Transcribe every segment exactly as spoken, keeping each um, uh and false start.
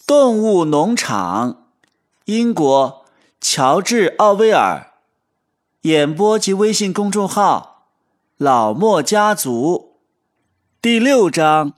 动物农场，英国乔治·奥威尔，演播及微信公众号老莫家族。第六章。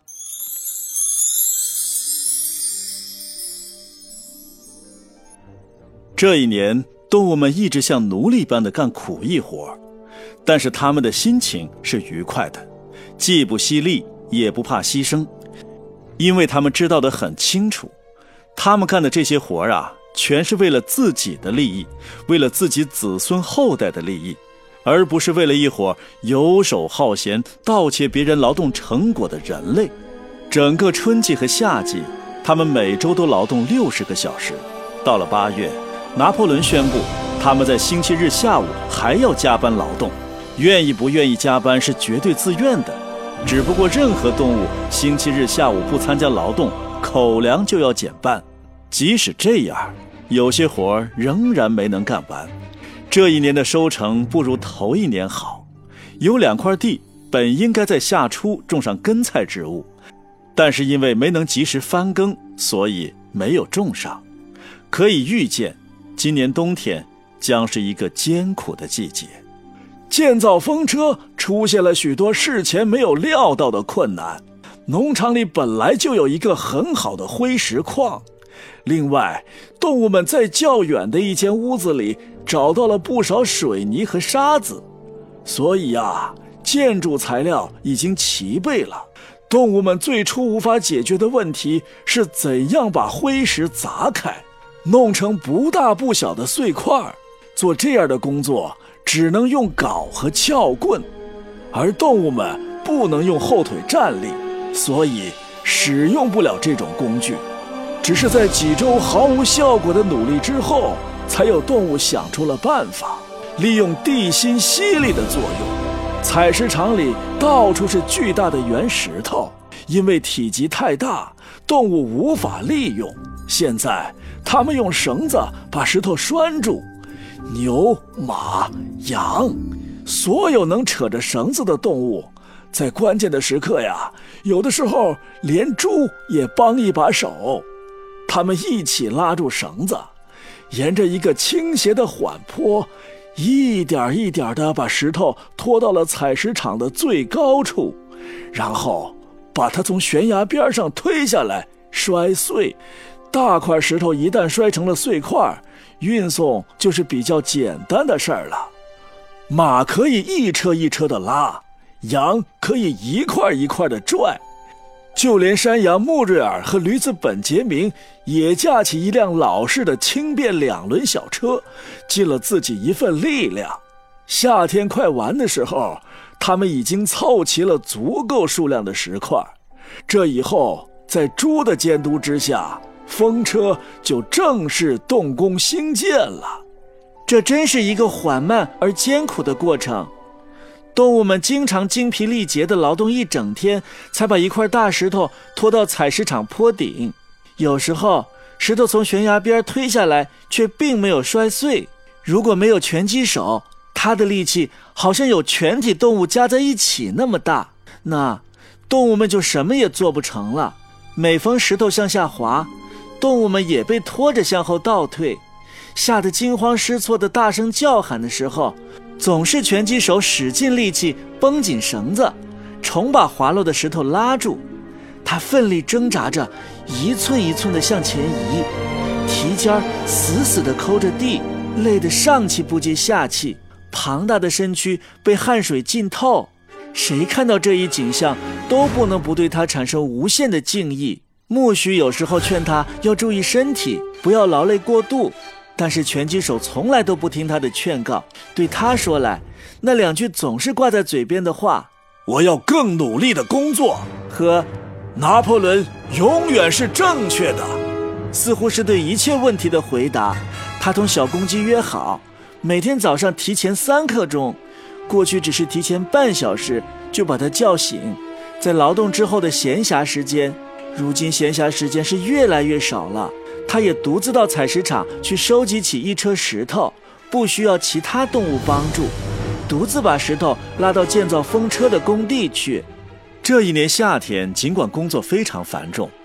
这一年，动物们一直像奴隶般的干苦役活，但是他们的心情是愉快的，既不惜力，也不怕牺牲，因为他们知道得很清楚，他们干的这些活啊，全是为了自己的利益，为了自己子孙后代的利益，而不是为了一伙游手好闲、盗窃别人劳动成果的人类。整个春季和夏季，他们每周都劳动六十个小时。到了八月，拿破仑宣布，他们在星期日下午还要加班劳动，愿意不愿意加班是绝对自愿的。只不过任何动物星期日下午不参加劳动，口粮就要减半。即使这样，有些活仍然没能干完。这一年的收成不如头一年好，有两块地本应该在夏初种上根菜植物，但是因为没能及时翻耕，所以没有种上。可以预见，今年冬天将是一个艰苦的季节。 建造风车出现了许多事前没有料到的困难。农场里本来就有一个很好的灰石矿，另外，动物们在较远的一间屋子里找到了不少水泥和沙子，所以啊，建筑材料已经齐备了。动物们最初无法解决的问题是怎样把灰石砸开，弄成不大不小的碎块。做这样的工作只能用镐和撬棍，而动物们不能用后腿站立，所以使用不了这种工具。只是在几周毫无效果的努力之后，才有动物想出了办法，利用地心吸力的作用。采石场里到处是巨大的圆石头，因为体积太大，动物无法利用。现在他们用绳子把石头拴住，牛、马、羊，所有能扯着绳子的动物，在关键的时刻呀，有的时候连猪也帮一把手。他们一起拉住绳子，沿着一个倾斜的缓坡，一点一点地把石头拖到了采石场的最高处，然后把它从悬崖边上推下来，摔碎。大块石头一旦摔成了碎块，运送就是比较简单的事儿了。马可以一车一车的拉，羊可以一块一块的拽，就连山羊穆瑞尔和驴子本杰明也架起一辆老式的轻便两轮小车，尽了自己一份力量。夏天快完的时候，他们已经凑齐了足够数量的石块。这以后，在猪的监督之下，风车就正式动工兴建了。 这真是一个缓慢而艰苦的过程。动物们经常精疲力竭地劳动一整天，才把一块大石头拖到采石场坡顶。有时候，石头从悬崖边推下来，却并没有摔碎。如果没有拳击手，他的力气好像有全体动物加在一起那么大，那动物们就什么也做不成了。每逢石头向下滑，动物们也被拖着向后倒退，吓得惊慌失措的大声叫喊的时候，总是拳击手使尽力气绷紧绳子，重把滑落的石头拉住。他奋力挣扎着，一寸一寸地向前移，蹄尖死死地抠着地，累得上气不接下气，庞大的身躯被汗水浸透。谁看到这一景象，都不能不对他产生无限的敬意。苜蓿有时候劝他要注意身体，不要劳累过度，但是拳击手从来都不听他的劝告。对他说来，那两句总是挂在嘴边的话： 我要更努力的工作， 和拿破仑永远是正确的， 似乎是对一切问题的回答。他同小公鸡约好，每天早上提前三刻钟，过去只是提前半小时就把他叫醒。在劳动之后的闲暇时间，如今闲暇时间是越来越少了，他也独自到采石场去收集起一车石头，不需要其他动物帮助，独自把石头拉到建造风车的工地去。 这一年夏天，尽管工作非常繁重，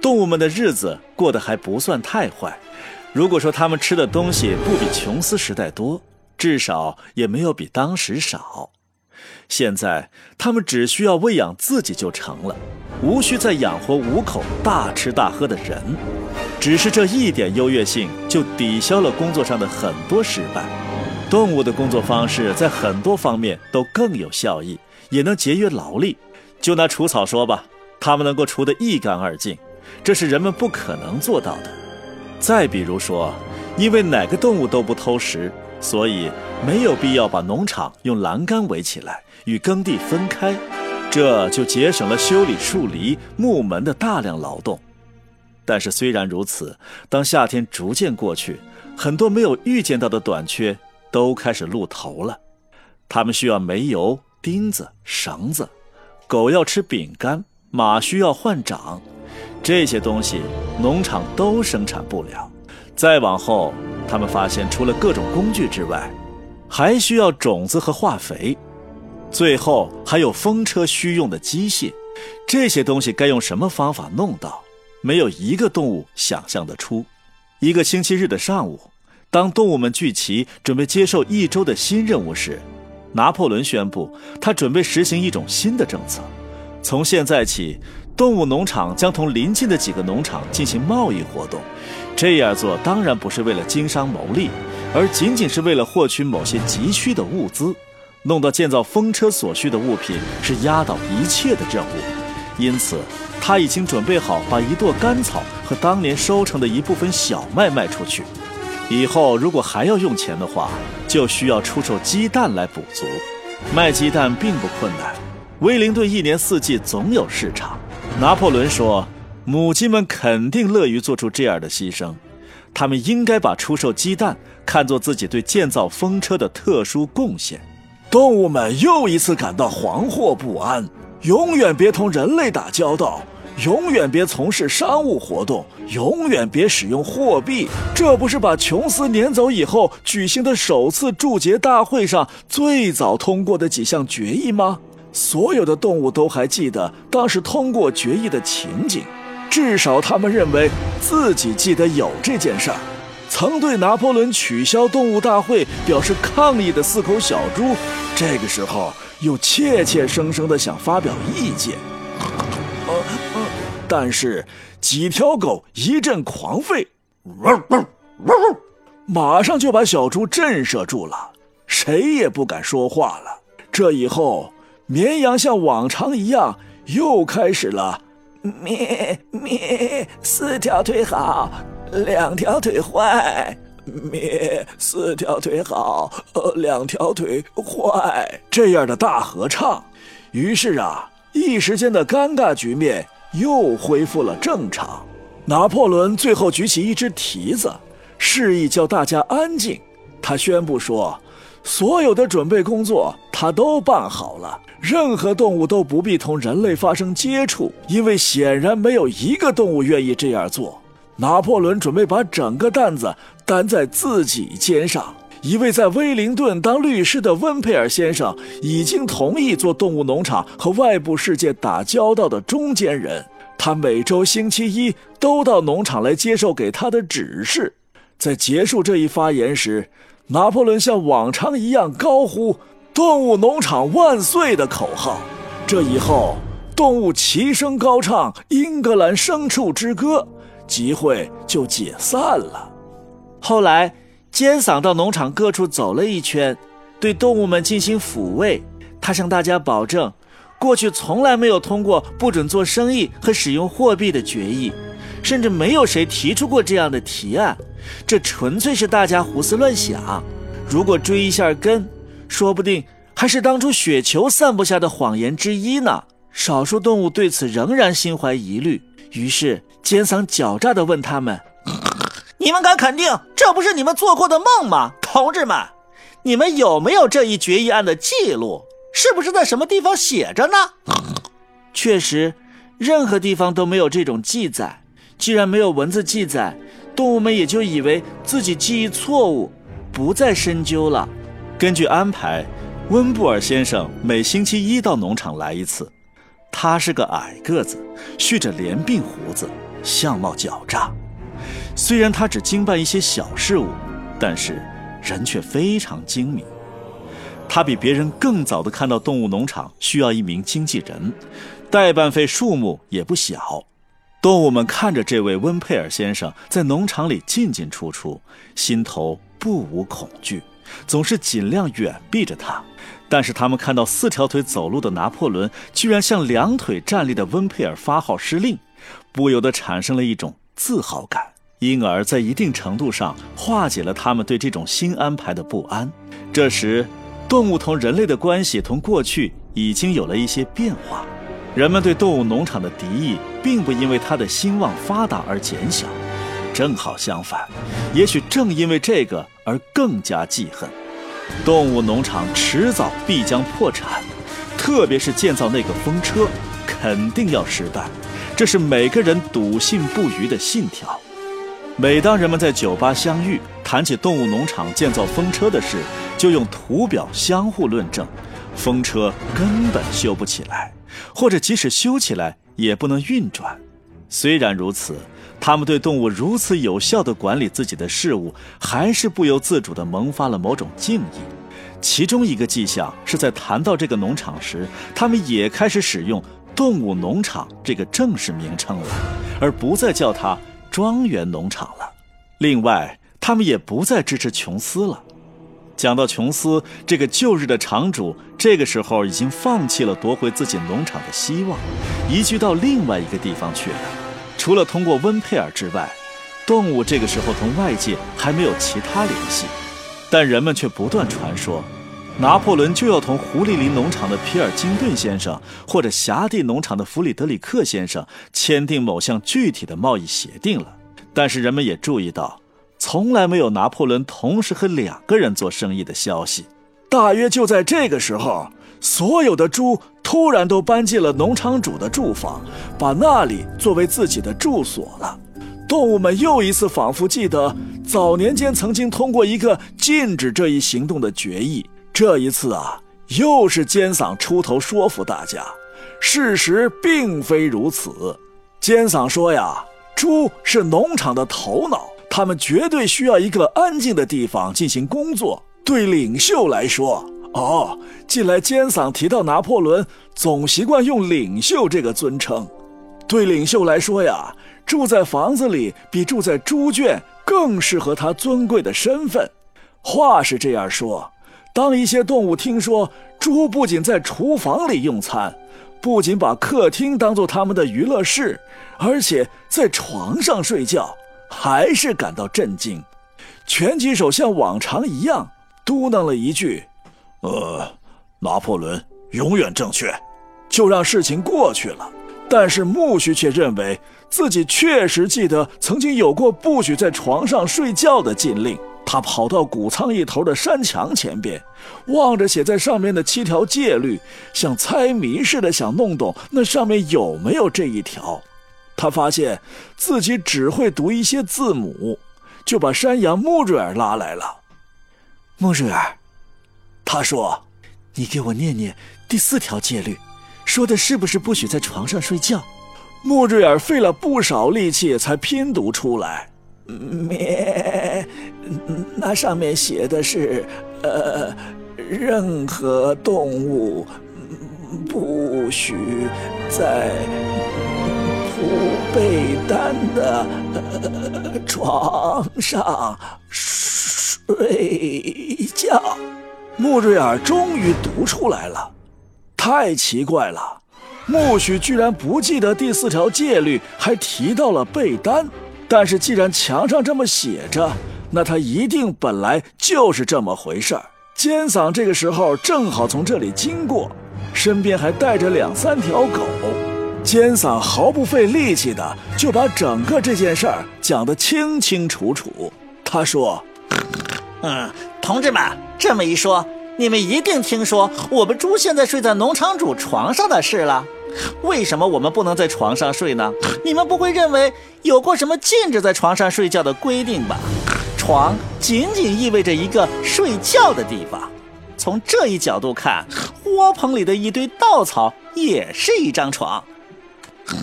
动物们的日子过得还不算太坏。如果说他们吃的东西不比琼斯时代多，至少也没有比当时少。现在他们只需要喂养自己就成了，无需再养活五口大吃大喝的人。只是这一点优越性就抵消了工作上的很多失败。动物的工作方式在很多方面都更有效益，也能节约劳力。就拿除草说吧，他们能够除得一干二净，这是人们不可能做到的。再比如说，因为哪个动物都不偷食，所以没有必要把农场用栏杆围起来，与耕地分开，这就节省了修理树篱、木门的大量劳动。但是虽然如此，当夏天逐渐过去，很多没有预见到的短缺都开始露头了。他们需要煤油、钉子、绳子，狗要吃饼干，马需要换掌，这些东西农场都生产不了。再往后，他们发现除了各种工具之外，还需要种子和化肥，最后还有风车需用的机械。这些东西该用什么方法弄到，没有一个动物想象得出。一个星期日的上午，当动物们聚齐准备接受一周的新任务时，拿破仑宣布他准备实行一种新的政策。从现在起，动物农场将同邻近的几个农场进行贸易活动。这样做当然不是为了经商牟利，而仅仅是为了获取某些急需的物资。弄到建造风车所需的物品是压倒一切的任务，因此他已经准备好把一垛干草和当年收成的一部分小麦卖出去。以后如果还要用钱的话，就需要出售鸡蛋来补足。卖鸡蛋并不困难，威灵顿一年四季总有市场。拿破仑说，母鸡们肯定乐于做出这样的牺牲，他们应该把出售鸡蛋看作自己对建造风车的特殊贡献。 动物们又一次感到惶惑不安，永远别同人类打交道，永远别从事商务活动，永远别使用货币。这不是把琼斯撵走以后举行的首次祝捷大会上最早通过的几项决议吗？所有的动物都还记得当时通过决议的情景，至少他们认为自己记得有这件事儿。曾对拿破仑取消动物大会表示抗议的四口小猪，这个时候又切切生生地想发表意见。呃呃、但是几条狗一阵狂吠，马上就把小猪震慑住了，谁也不敢说话了。这以后，绵羊像往常一样又开始了咩咩，四条腿好，两条腿坏，咩，四条腿好，呃，两条腿坏，这样的大合唱。于是啊，一时间的尴尬局面又恢复了正常。拿破仑最后举起一只蹄子，示意叫大家安静。他宣布说，所有的准备工作他都办好了，任何动物都不必同人类发生接触，因为显然没有一个动物愿意这样做。拿破仑准备把整个担子担在自己肩上。一位在威灵顿当律师的温佩尔先生已经同意做动物农场和外部世界打交道的中间人，他每周星期一都到农场来接受给他的指示。在结束这一发言时，拿破仑像往常一样高呼动物农场万岁的口号。这以后，动物齐声高唱英格兰牲畜之歌，集会就解散了。 后来尖嗓到农场各处走了一圈，对动物们进行抚慰。他向大家保证，过去从来没有通过不准做生意和使用货币的决议，甚至没有谁提出过这样的提案，这纯粹是大家胡思乱想。如果追一下根，说不定还是当初雪球散布下的谎言之一呢。少数动物对此仍然心怀疑虑，于是尖嗓狡诈地问他们，你们敢肯定这不是你们做过的梦吗？同志们，你们有没有这一决议案的记录？是不是在什么地方写着呢？确实，任何地方都没有这种记载。既然没有文字记载，动物们也就以为自己记忆错误，不再深究了。 根据安排，温布尔先生每星期一到农场来一次。他是个矮个子，蓄着连鬓胡子， 相貌狡诈。虽然他只经办一些小事务，但是人却非常精明。他比别人更早地看到动物农场需要一名经纪人，代办费数目也不小。动物们看着这位温佩尔先生在农场里进进出出，心头不无恐惧，总是尽量远避着他。但是他们看到四条腿走路的拿破仑居然向两腿站立的温佩尔发号施令，不由得产生了一种自豪感，因而在一定程度上化解了他们对这种新安排的不安。这时动物同人类的关系同过去已经有了一些变化，人们对动物农场的敌意并不因为它的兴旺发达而减小，正好相反，也许正因为这个而更加记恨。动物农场迟早必将破产，特别是建造那个风车肯定要失败，这是每个人笃信不渝的信条。每当人们在酒吧相遇，谈起动物农场建造风车的事，就用图表相互论证，风车根本修不起来，或者即使修起来也不能运转。虽然如此，他们对动物如此有效地管理自己的事物，还是不由自主地萌发了某种敬意。其中一个迹象是在谈到这个农场时，他们也开始使用动物农场这个正式名称了，而不再叫它庄园农场了。另外，他们也不再支持琼斯了。讲到琼斯，这个旧日的场主这个时候已经放弃了夺回自己农场的希望，移居到另外一个地方去了。除了通过温佩尔之外，动物这个时候同外界还没有其他联系，但人们却不断传说拿破仑就要同狐狸林农场的皮尔金顿先生，或者辖地农场的弗里德里克先生签订某项具体的贸易协定了。但是人们也注意到，从来没有拿破仑同时和两个人做生意的消息。 大约就在这个时候，所有的猪突然都搬进了农场主的住房，把那里作为自己的住所了。动物们又一次仿佛记得早年间曾经通过一个禁止这一行动的决议。这一次啊，又是尖嗓出头说服大家，事实并非如此。尖嗓说呀，猪是农场的头脑，他们绝对需要一个安静的地方进行工作。对领袖来说，哦，近来尖嗓提到拿破仑，总习惯用领袖这个尊称。对领袖来说呀，住在房子里比住在猪圈更适合他尊贵的身份。话是这样说，当一些动物听说猪不仅在厨房里用餐，不仅把客厅当作他们的娱乐室，而且在床上睡觉，还是感到震惊。拳击手像往常一样嘟囔了一句， 呃，拿破仑永远正确， 就让事情过去了。但是苜蓿却认为自己确实记得曾经有过不许在床上睡觉的禁令。他跑到谷仓一头的山墙前边，望着写在上面的七条戒律，像猜谜似的想弄懂那上面有没有这一条。他发现自己只会读一些字母，就把山羊穆瑞尔拉来了。 穆瑞尔， 他说， 你给我念念第四条戒律，说的是不是不许在床上睡觉？ 穆瑞尔费了不少力气才拼读出来。咩，那上面写的是，呃，任何动物不许在铺被单的、呃、床上睡觉。穆瑞尔终于读出来了，太奇怪了，苜蓿居然不记得第四条戒律，还提到了被单。但是既然墙上这么写着，那他一定本来就是这么回事儿。尖嗓这个时候正好从这里经过，身边还带着两三条狗。尖嗓毫不费力气的就把整个这件事儿讲得清清楚楚。他说， 嗯，同志们，这么一说，你们一定听说我们猪现在睡在农场主床上的事了。为什么我们不能在床上睡呢？你们不会认为有过什么禁止在床上睡觉的规定吧？床仅仅意味着一个睡觉的地方。从这一角度看，窝棚里的一堆稻草也是一张床。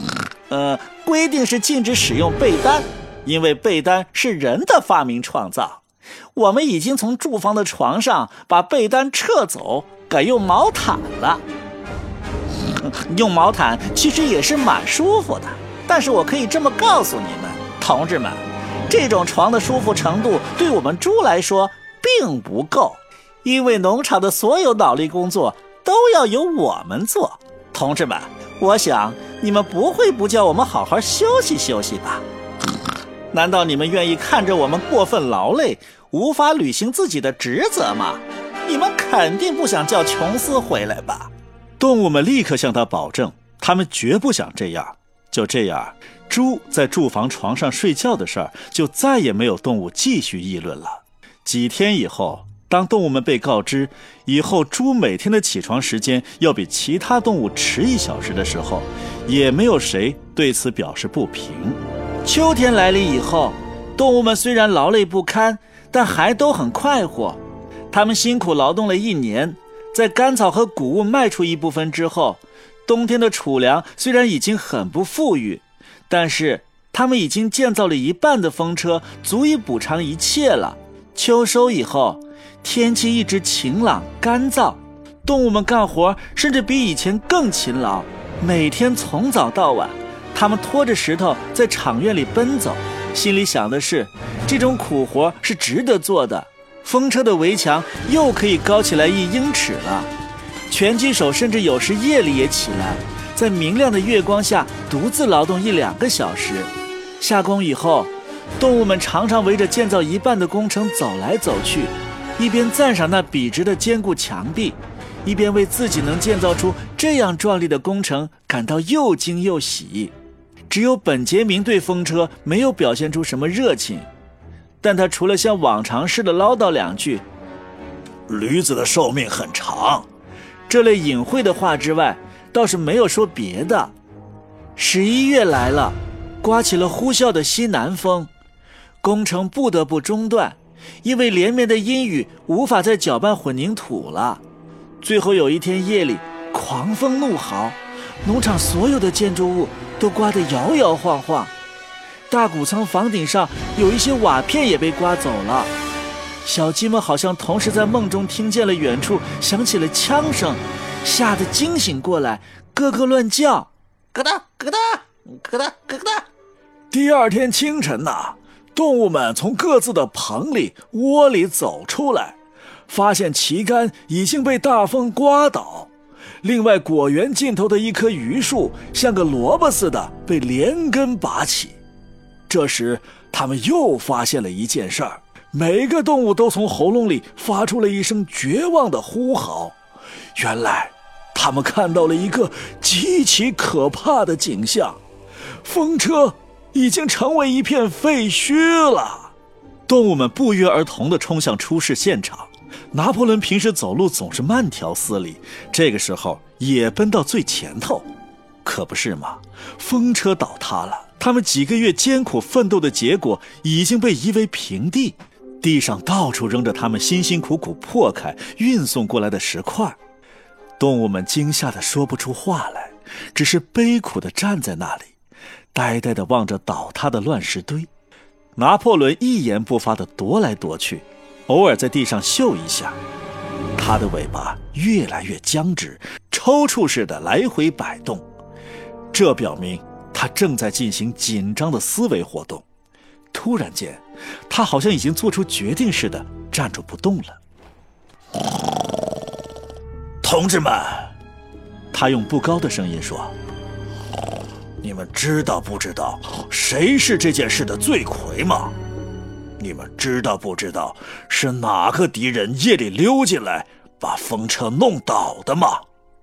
呃，规定是禁止使用被单，因为被单是人的发明创造。我们已经从住房的床上把被单撤走，改用毛毯了。用毛毯其实也是蛮舒服的，但是我可以这么告诉你们，同志们，这种床的舒服程度对我们猪来说并不够，因为农场的所有脑力工作都要由我们做。同志们，我想你们不会不叫我们好好休息休息吧？难道你们愿意看着我们过分劳累，无法履行自己的职责吗？你们肯定不想叫琼斯回来吧？ 动物们立刻向他保证，他们绝不想这样。就这样，猪在住房床上睡觉的事儿就再也没有动物继续议论了。几天以后，当动物们被告知以后猪每天的起床时间要比其他动物迟一小时的时候，也没有谁对此表示不平。 秋天来临以后，动物们虽然劳累不堪，但还都很快活。他们辛苦劳动了一年，在干草和谷物卖出一部分之后，冬天的储粮虽然已经很不富裕，但是他们已经建造了一半的风车，足以补偿一切了。秋收以后，天气一直晴朗干燥，动物们干活甚至比以前更勤劳，每天从早到晚，他们拖着石头在场院里奔走，心里想的是，这种苦活是值得做的。风车的围墙又可以高起来一英尺了。拳击手甚至有时夜里也起来，在明亮的月光下独自劳动一两个小时。下工以后，动物们常常围着建造一半的工程走来走去，一边赞赏那笔直的坚固墙壁，一边为自己能建造出这样壮丽的工程感到又惊又喜。只有本杰明对风车没有表现出什么热情，但他除了像往常似的唠叨两句驴子的寿命很长这类隐晦的话之外，倒是没有说别的。十一月来了，刮起了呼啸的西南风，工程不得不中断，因为连绵的阴雨无法再搅拌混凝土了。最后有一天夜里，狂风怒号，农场所有的建筑物都刮得摇摇晃晃，大谷仓房顶上有一些瓦片也被刮走了。小鸡们好像同时在梦中听见了远处响起了枪声，吓得惊醒过来，咯咯乱叫， 咯哒咯哒咯哒咯哒。 第二天清晨呐、啊，动物们从各自的棚里窝里走出来，发现旗杆已经被大风刮倒，另外果园尽头的一棵榆树像个萝卜似的被连根拔起。这时他们又发现了一件事儿，每个动物都从喉咙里发出了一声绝望的呼嚎。原来他们看到了一个极其可怕的景象，风车已经成为一片废墟了。 动物们不约而同地冲向出事现场。拿破仑平时走路总是慢条斯理，这个时候也奔到最前头。可不是嘛，风车倒塌了，他们几个月艰苦奋斗的结果已经被夷为平地，地上到处扔着他们辛辛苦苦破开运送过来的石块。动物们惊吓得说不出话来，只是悲苦地站在那里，呆呆地望着倒塌的乱石堆。拿破仑一言不发地踱来踱去，偶尔在地上嗅一下，他的尾巴越来越僵直，抽搐似的来回摆动，这表明他正在进行紧张的思维活动。突然间，他好像已经做出决定似的站住不动了。 同志们， 他用不高的声音说， 你们知道不知道谁是这件事的罪魁吗？你们知道不知道是哪个敌人夜里溜进来把风车弄倒的吗？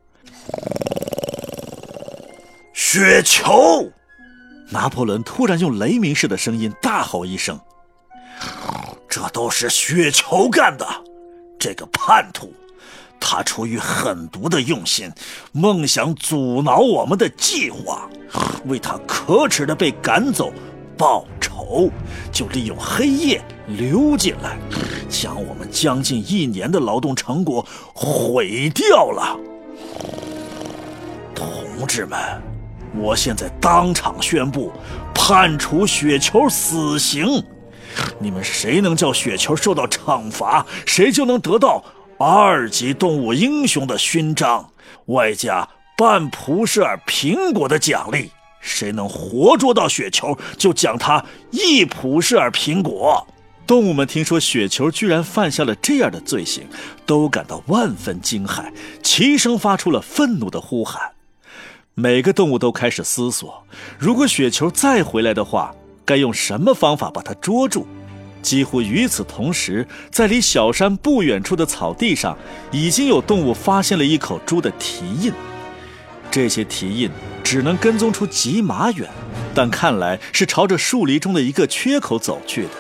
雪球！ 拿破仑突然用雷鸣似的声音大吼一声， 这都是雪球干的！这个叛徒，他出于狠毒的用心，梦想阻挠我们的计划，为他可耻的被赶走报仇，就利用黑夜溜进来，将我们将近一年的劳动成果毁掉了。同志们， 我现在当场宣布，判处雪球死刑。你们谁能叫雪球受到惩罚，谁就能得到二级动物英雄的勋章，外加半普氏尔苹果的奖励。谁能活捉到雪球，就奖他一普氏尔苹果。 动物们听说雪球居然犯下了这样的罪行，都感到万分惊骇，齐声发出了愤怒的呼喊。每个动物都开始思索，如果雪球再回来的话，该用什么方法把它捉住。几乎与此同时，在离小山不远处的草地上，已经有动物发现了一口猪的蹄印。这些蹄印只能跟踪出几码远，但看来是朝着树林中的一个缺口走去的。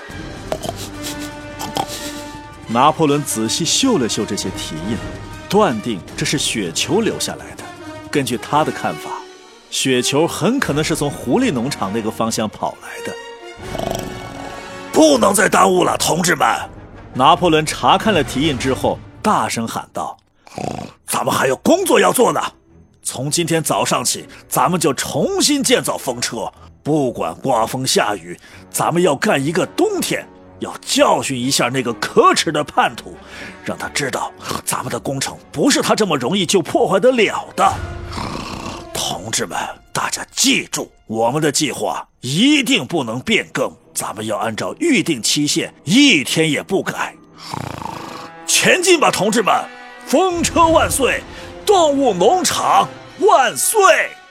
拿破仑仔细嗅了嗅这些蹄印，断定这是雪球留下来的。根据他的看法，雪球很可能是从狐狸农场那个方向跑来的。 不能再耽误了，同志们！ 拿破仑查看了蹄印之后，大声喊道：“ 咱们还有工作要做呢！从今天早上起，咱们就重新建造风车，不管刮风下雨，咱们要干一个冬天。要教训一下那个可耻的叛徒，让他知道咱们的工程不是他这么容易就破坏得了的。同志们，大家记住，我们的计划一定不能变更，咱们要按照预定期限，一天也不改。前进吧，同志们！风车万岁，动物农场万岁！